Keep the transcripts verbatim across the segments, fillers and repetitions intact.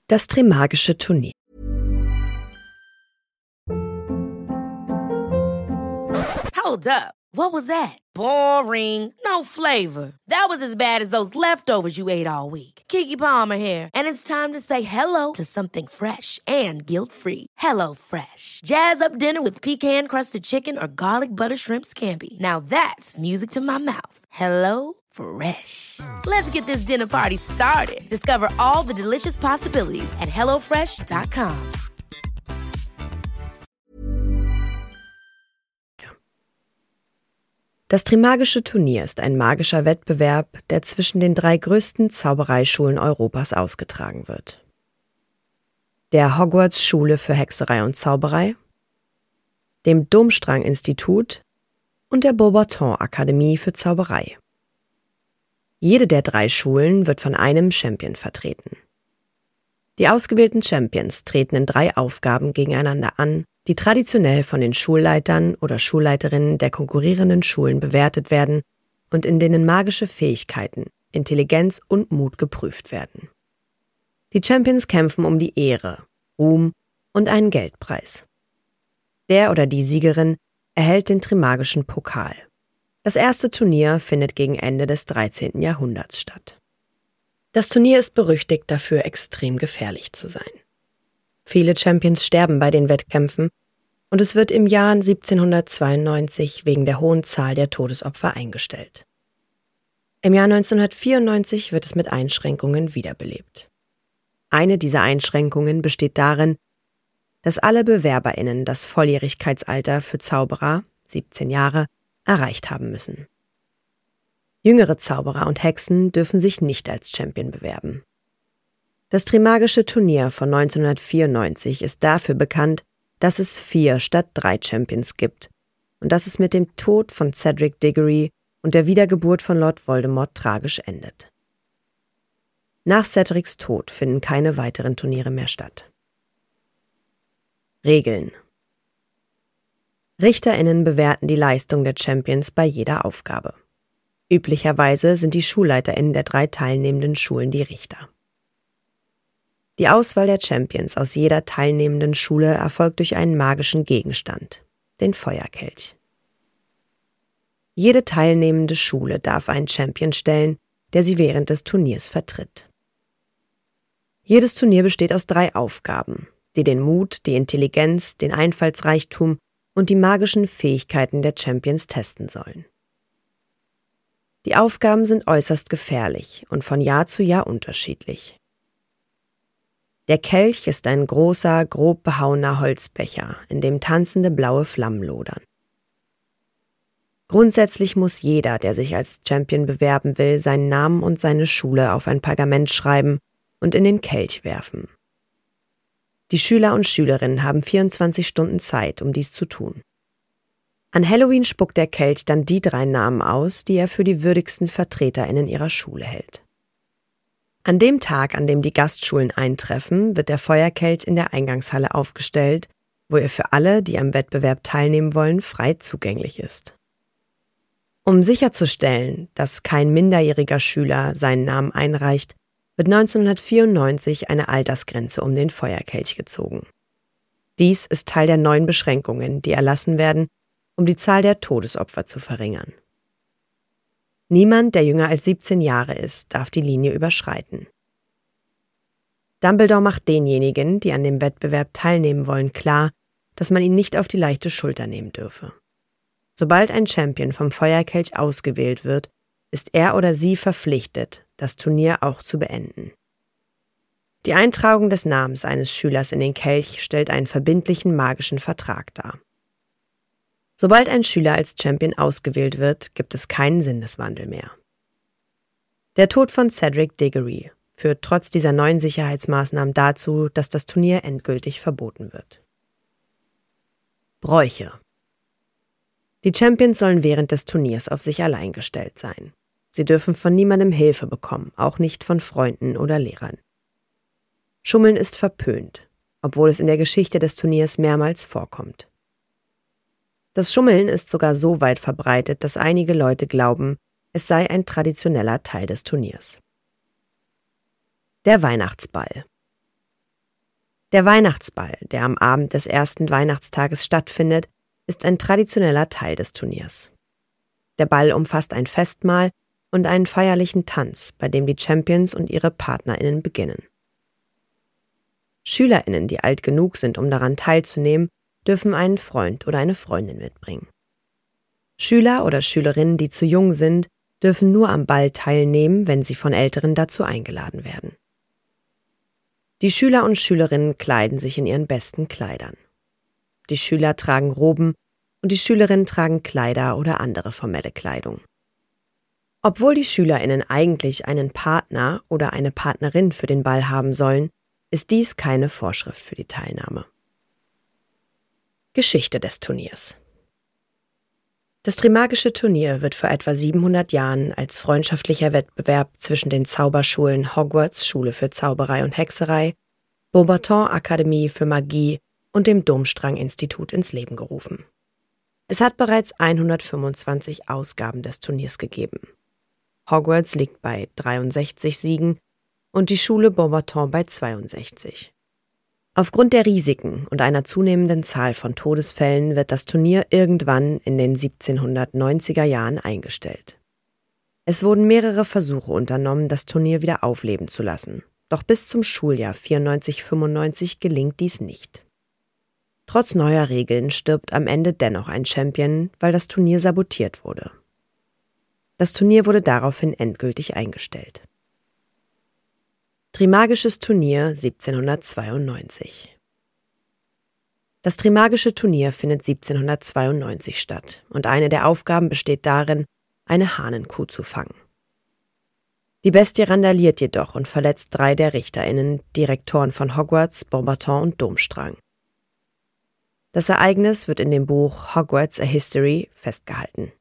Das Trimagische Turnier. Hold up. What was that? Boring. No flavor. That was as bad as those leftovers you ate all week. Keke Palmer here, and it's time to say hello to something fresh and guilt-free. Hello Fresh. Jazz up dinner with pecan-crusted chicken or garlic butter shrimp scampi. Now that's music to my mouth. Hello Fresh. Let's get this dinner party started. Discover all the delicious possibilities at hello fresh dot com. Das Trimagische Turnier ist ein magischer Wettbewerb, der zwischen den drei größten Zaubereischulen Europas ausgetragen wird. Der Hogwarts-Schule für Hexerei und Zauberei, dem Domstrang-Institut und der Beauxbaton-Akademie für Zauberei. Jede der drei Schulen wird von einem Champion vertreten. Die ausgewählten Champions treten in drei Aufgaben gegeneinander an, die traditionell von den Schulleitern oder Schulleiterinnen der konkurrierenden Schulen bewertet werden und in denen magische Fähigkeiten, Intelligenz und Mut geprüft werden. Die Champions kämpfen um die Ehre, Ruhm und einen Geldpreis. Der oder die Siegerin erhält den Trimagischen Pokal. Das erste Turnier findet gegen Ende des dreizehnten Jahrhunderts statt. Das Turnier ist berüchtigt dafür, extrem gefährlich zu sein. Viele Champions sterben bei den Wettkämpfen und es wird im Jahr siebzehnhundertzweiundneunzig wegen der hohen Zahl der Todesopfer eingestellt. Im Jahr neunzehnhundertvierundneunzig wird es mit Einschränkungen wiederbelebt. Eine dieser Einschränkungen besteht darin, dass alle BewerberInnen das Volljährigkeitsalter für Zauberer, siebzehn Jahre, erreicht haben müssen. Jüngere Zauberer und Hexen dürfen sich nicht als Champion bewerben. Das Trimagische Turnier von neunzehnhundertvierundneunzig ist dafür bekannt, dass es vier statt drei Champions gibt und dass es mit dem Tod von Cedric Diggory und der Wiedergeburt von Lord Voldemort tragisch endet. Nach Cedrics Tod finden keine weiteren Turniere mehr statt. Regeln: RichterInnen bewerten die Leistung der Champions bei jeder Aufgabe. Üblicherweise sind die SchulleiterInnen der drei teilnehmenden Schulen die Richter. Die Auswahl der Champions aus jeder teilnehmenden Schule erfolgt durch einen magischen Gegenstand, den Feuerkelch. Jede teilnehmende Schule darf einen Champion stellen, der sie während des Turniers vertritt. Jedes Turnier besteht aus drei Aufgaben, die den Mut, die Intelligenz, den Einfallsreichtum und die magischen Fähigkeiten der Champions testen sollen. Die Aufgaben sind äußerst gefährlich und von Jahr zu Jahr unterschiedlich. Der Kelch ist ein großer, grob behauener Holzbecher, in dem tanzende blaue Flammen lodern. Grundsätzlich muss jeder, der sich als Champion bewerben will, seinen Namen und seine Schule auf ein Pergament schreiben und in den Kelch werfen. Die Schüler und Schülerinnen haben vierundzwanzig Stunden Zeit, um dies zu tun. An Halloween spuckt der Kelch dann die drei Namen aus, die er für die würdigsten VertreterInnen ihrer Schule hält. An dem Tag, an dem die Gastschulen eintreffen, wird der Feuerkelch in der Eingangshalle aufgestellt, wo er für alle, die am Wettbewerb teilnehmen wollen, frei zugänglich ist. Um sicherzustellen, dass kein minderjähriger Schüler seinen Namen einreicht, wird neunzehnhundertvierundneunzig eine Altersgrenze um den Feuerkelch gezogen. Dies ist Teil der neuen Beschränkungen, die erlassen werden, um die Zahl der Todesopfer zu verringern. Niemand, der jünger als siebzehn Jahre ist, darf die Linie überschreiten. Dumbledore macht denjenigen, die an dem Wettbewerb teilnehmen wollen, klar, dass man ihn nicht auf die leichte Schulter nehmen dürfe. Sobald ein Champion vom Feuerkelch ausgewählt wird, ist er oder sie verpflichtet, das Turnier auch zu beenden. Die Eintragung des Namens eines Schülers in den Kelch stellt einen verbindlichen magischen Vertrag dar. Sobald ein Schüler als Champion ausgewählt wird, gibt es keinen Sinneswandel mehr. Der Tod von Cedric Diggory führt trotz dieser neuen Sicherheitsmaßnahmen dazu, dass das Turnier endgültig verboten wird. Bräuche: Die Champions sollen während des Turniers auf sich allein gestellt sein. Sie dürfen von niemandem Hilfe bekommen, auch nicht von Freunden oder Lehrern. Schummeln ist verpönt, obwohl es in der Geschichte des Turniers mehrmals vorkommt. Das Schummeln ist sogar so weit verbreitet, dass einige Leute glauben, es sei ein traditioneller Teil des Turniers. Der Weihnachtsball: Der Weihnachtsball, der am Abend des ersten Weihnachtstages stattfindet, ist ein traditioneller Teil des Turniers. Der Ball umfasst ein Festmahl und einen feierlichen Tanz, bei dem die Champions und ihre PartnerInnen beginnen. SchülerInnen, die alt genug sind, um daran teilzunehmen, dürfen einen Freund oder eine Freundin mitbringen. Schüler oder Schülerinnen, die zu jung sind, dürfen nur am Ball teilnehmen, wenn sie von Älteren dazu eingeladen werden. Die Schüler und Schülerinnen kleiden sich in ihren besten Kleidern. Die Schüler tragen Roben und die Schülerinnen tragen Kleider oder andere formelle Kleidung. Obwohl die SchülerInnen eigentlich einen Partner oder eine Partnerin für den Ball haben sollen, ist dies keine Vorschrift für die Teilnahme. Geschichte des Turniers. Das Trimagische Turnier wird vor etwa siebenhundert Jahren als freundschaftlicher Wettbewerb zwischen den Zauberschulen Hogwarts Schule für Zauberei und Hexerei, Beauxbaton Akademie für Magie und dem Domstrang-Institut ins Leben gerufen. Es hat bereits hundertfünfundzwanzig Ausgaben des Turniers gegeben. Hogwarts liegt bei dreiundsechzig Siegen und die Schule Beauxbaton bei zweiundsechzig. Aufgrund der Risiken und einer zunehmenden Zahl von Todesfällen wird das Turnier irgendwann in den siebzehnhundertneunziger Jahren eingestellt. Es wurden mehrere Versuche unternommen, das Turnier wieder aufleben zu lassen, doch bis zum Schuljahr vierundneunzig fünfundneunzig gelingt dies nicht. Trotz neuer Regeln stirbt am Ende dennoch ein Champion, weil das Turnier sabotiert wurde. Das Turnier wurde daraufhin endgültig eingestellt. Trimagisches Turnier siebzehnhundertzweiundneunzig. Das Trimagische Turnier findet siebzehnhundertzweiundneunzig statt und eine der Aufgaben besteht darin, eine Hahnenkuh zu fangen. Die Bestie randaliert jedoch und verletzt drei der RichterInnen, Direktoren von Hogwarts, Beauxbaton und Domstrang. Das Ereignis wird in dem Buch Hogwarts: A History festgehalten.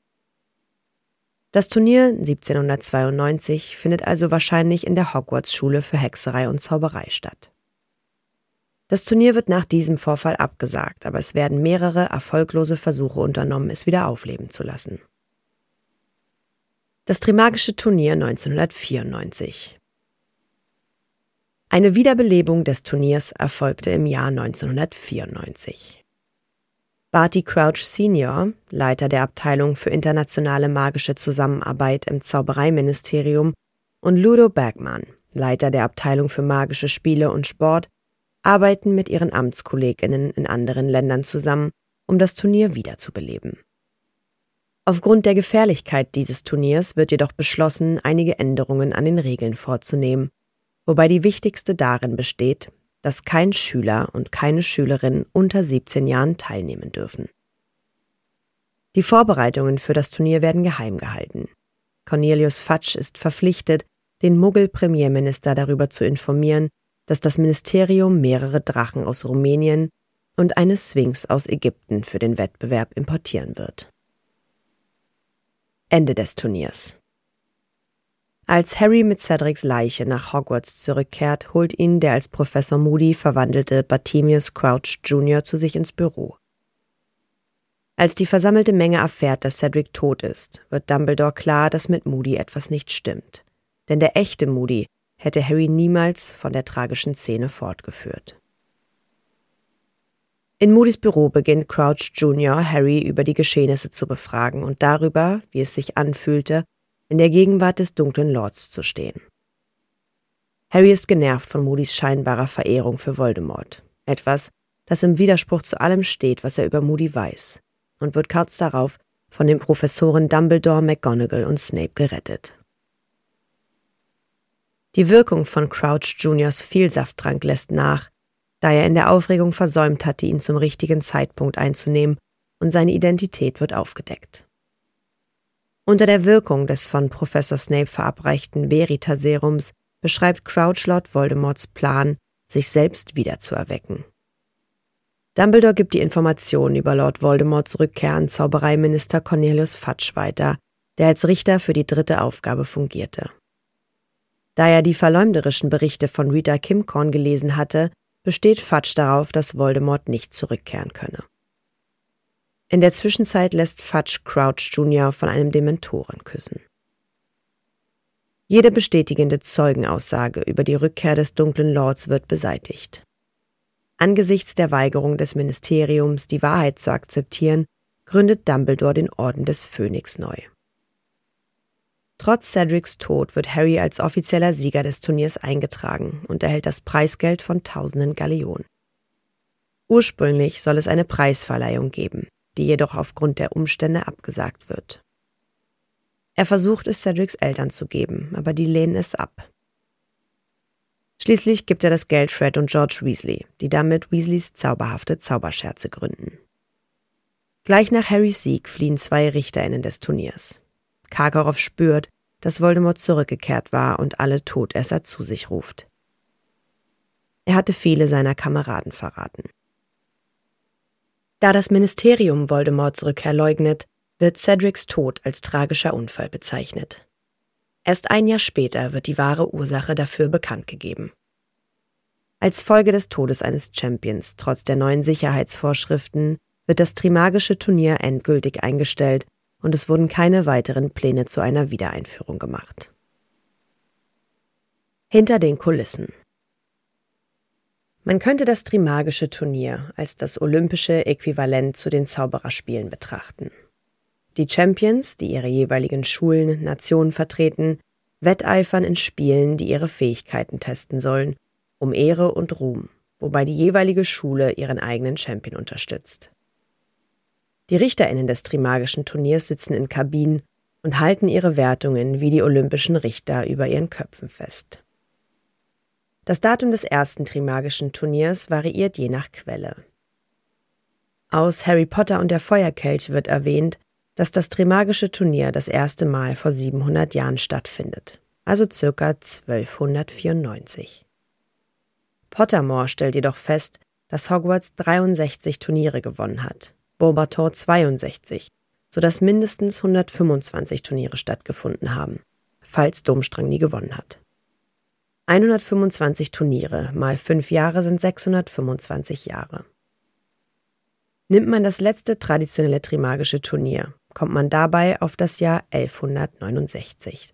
Das Turnier siebzehnhundertzweiundneunzig findet also wahrscheinlich in der Hogwarts-Schule für Hexerei und Zauberei statt. Das Turnier wird nach diesem Vorfall abgesagt, aber es werden mehrere erfolglose Versuche unternommen, es wieder aufleben zu lassen. Das Trimagische Turnier neunzehnhundertvierundneunzig. Eine Wiederbelebung des Turniers erfolgte im Jahr neunzehnhundertvierundneunzig. Barty Crouch Senior, Leiter der Abteilung für internationale magische Zusammenarbeit im Zaubereiministerium, und Ludo Bagman, Leiter der Abteilung für magische Spiele und Sport, arbeiten mit ihren AmtskollegInnen in anderen Ländern zusammen, um das Turnier wiederzubeleben. Aufgrund der Gefährlichkeit dieses Turniers wird jedoch beschlossen, einige Änderungen an den Regeln vorzunehmen, wobei die wichtigste darin besteht, dass kein Schüler und keine Schülerin unter siebzehn Jahren teilnehmen dürfen. Die Vorbereitungen für das Turnier werden geheim gehalten. Cornelius Fudge ist verpflichtet, den Muggel-Premierminister darüber zu informieren, dass das Ministerium mehrere Drachen aus Rumänien und eine Sphinx aus Ägypten für den Wettbewerb importieren wird. Ende des Turniers. Als Harry mit Cedrics Leiche nach Hogwarts zurückkehrt, holt ihn der als Professor Moody verwandelte Bartemius Crouch Junior zu sich ins Büro. Als die versammelte Menge erfährt, dass Cedric tot ist, wird Dumbledore klar, dass mit Moody etwas nicht stimmt. Denn der echte Moody hätte Harry niemals von der tragischen Szene fortgeführt. In Moodys Büro beginnt Crouch Junior Harry über die Geschehnisse zu befragen und darüber, wie es sich anfühlte, in der Gegenwart des dunklen Lords zu stehen. Harry ist genervt von Moodys scheinbarer Verehrung für Voldemort, etwas, das im Widerspruch zu allem steht, was er über Moody weiß, und wird kurz darauf von den Professoren Dumbledore, McGonagall und Snape gerettet. Die Wirkung von Crouch Juniors Vielsafttrank lässt nach, da er in der Aufregung versäumt hatte, ihn zum richtigen Zeitpunkt einzunehmen, und seine Identität wird aufgedeckt. Unter der Wirkung des von Professor Snape verabreichten Veritaserums beschreibt Crouch Lord Voldemorts Plan, sich selbst wiederzuerwecken. Dumbledore gibt die Informationen über Lord Voldemorts Rückkehr an Zaubereiminister Cornelius Fudge weiter, der als Richter für die dritte Aufgabe fungierte. Da er die verleumderischen Berichte von Rita Kimcorn gelesen hatte, besteht Fudge darauf, dass Voldemort nicht zurückkehren könne. In der Zwischenzeit lässt Fudge Crouch Junior von einem Dementoren küssen. Jede bestätigende Zeugenaussage über die Rückkehr des dunklen Lords wird beseitigt. Angesichts der Weigerung des Ministeriums, die Wahrheit zu akzeptieren, gründet Dumbledore den Orden des Phönix neu. Trotz Cedrics Tod wird Harry als offizieller Sieger des Turniers eingetragen und erhält das Preisgeld von tausenden Galeonen. Ursprünglich soll es eine Preisverleihung geben, die jedoch aufgrund der Umstände abgesagt wird. Er versucht es Cedrics Eltern zu geben, aber die lehnen es ab. Schließlich gibt er das Geld Fred und George Weasley, die damit Weasleys zauberhafte Zauberscherze gründen. Gleich nach Harrys Sieg fliehen zwei RichterInnen des Turniers. Karkaroff spürt, dass Voldemort zurückgekehrt war und alle Todesser zu sich ruft. Er hatte viele seiner Kameraden verraten. Da das Ministerium Voldemorts Rückkehr leugnet, wird Cedrics Tod als tragischer Unfall bezeichnet. Erst ein Jahr später wird die wahre Ursache dafür bekannt gegeben. Als Folge des Todes eines Champions, trotz der neuen Sicherheitsvorschriften, wird das Trimagische Turnier endgültig eingestellt und es wurden keine weiteren Pläne zu einer Wiedereinführung gemacht. Hinter den Kulissen. Man könnte das Trimagische Turnier als das olympische Äquivalent zu den Zaubererspielen betrachten. Die Champions, die ihre jeweiligen Schulen, Nationen vertreten, wetteifern in Spielen, die ihre Fähigkeiten testen sollen, um Ehre und Ruhm, wobei die jeweilige Schule ihren eigenen Champion unterstützt. Die RichterInnen des Trimagischen Turniers sitzen in Kabinen und halten ihre Wertungen wie die olympischen Richter über ihren Köpfen fest. Das Datum des ersten Trimagischen Turniers variiert je nach Quelle. Aus Harry Potter und der Feuerkelch wird erwähnt, dass das Trimagische Turnier das erste Mal vor siebenhundert Jahren stattfindet, also ca. zwölfhundertvierundneunzig. Pottermore stellt jedoch fest, dass Hogwarts dreiundsechzig Turniere gewonnen hat, Beauxbaton zweiundsechzig, sodass mindestens hundertfünfundzwanzig Turniere stattgefunden haben, falls Durmstrang nie gewonnen hat. hundertfünfundzwanzig Turniere mal fünf Jahre sind sechshundertfünfundzwanzig Jahre. Nimmt man das letzte traditionelle Trimagische Turnier, kommt man dabei auf das Jahr elfhundertneunundsechzig.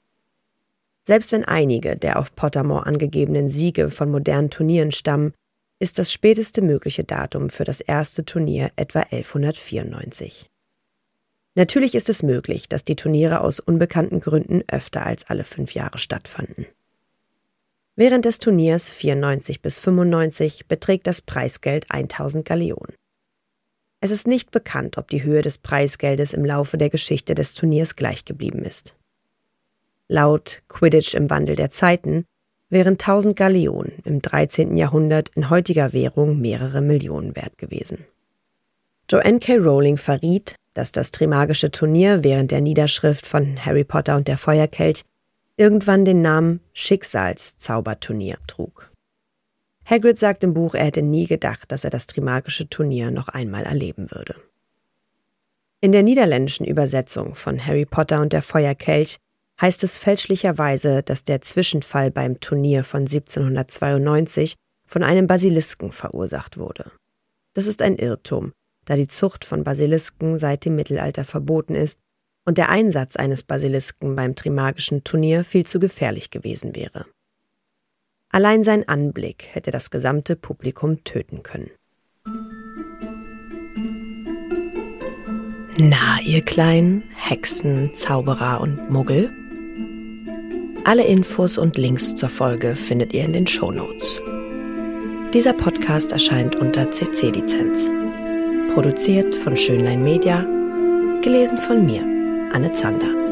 Selbst wenn einige der auf Pottermore angegebenen Siege von modernen Turnieren stammen, ist das späteste mögliche Datum für das erste Turnier etwa elfhundertvierundneunzig. Natürlich ist es möglich, dass die Turniere aus unbekannten Gründen öfter als alle fünf Jahre stattfanden. Während des Turniers vierundneunzig bis fünfundneunzig beträgt das Preisgeld tausend Galeonen. Es ist nicht bekannt, ob die Höhe des Preisgeldes im Laufe der Geschichte des Turniers gleich geblieben ist. Laut Quidditch im Wandel der Zeiten wären tausend Galeonen im dreizehnten Jahrhundert in heutiger Währung mehrere Millionen wert gewesen. Joanne K. Rowling verriet, dass das Trimagische Turnier während der Niederschrift von Harry Potter und der Feuerkelch irgendwann den Namen Schicksalszauberturnier trug. Hagrid sagt im Buch, er hätte nie gedacht, dass er das Trimagische Turnier noch einmal erleben würde. In der niederländischen Übersetzung von Harry Potter und der Feuerkelch heißt es fälschlicherweise, dass der Zwischenfall beim Turnier von siebzehnhundertzweiundneunzig von einem Basilisken verursacht wurde. Das ist ein Irrtum, da die Zucht von Basilisken seit dem Mittelalter verboten ist und der Einsatz eines Basilisken beim Trimagischen Turnier viel zu gefährlich gewesen wäre. Allein sein Anblick hätte das gesamte Publikum töten können. Na, ihr kleinen Hexen, Zauberer und Muggel? Alle Infos und Links zur Folge findet ihr in den Shownotes. Dieser Podcast erscheint unter C C-Lizenz. Produziert von Schönlein Media, gelesen von mir, Anne Zander.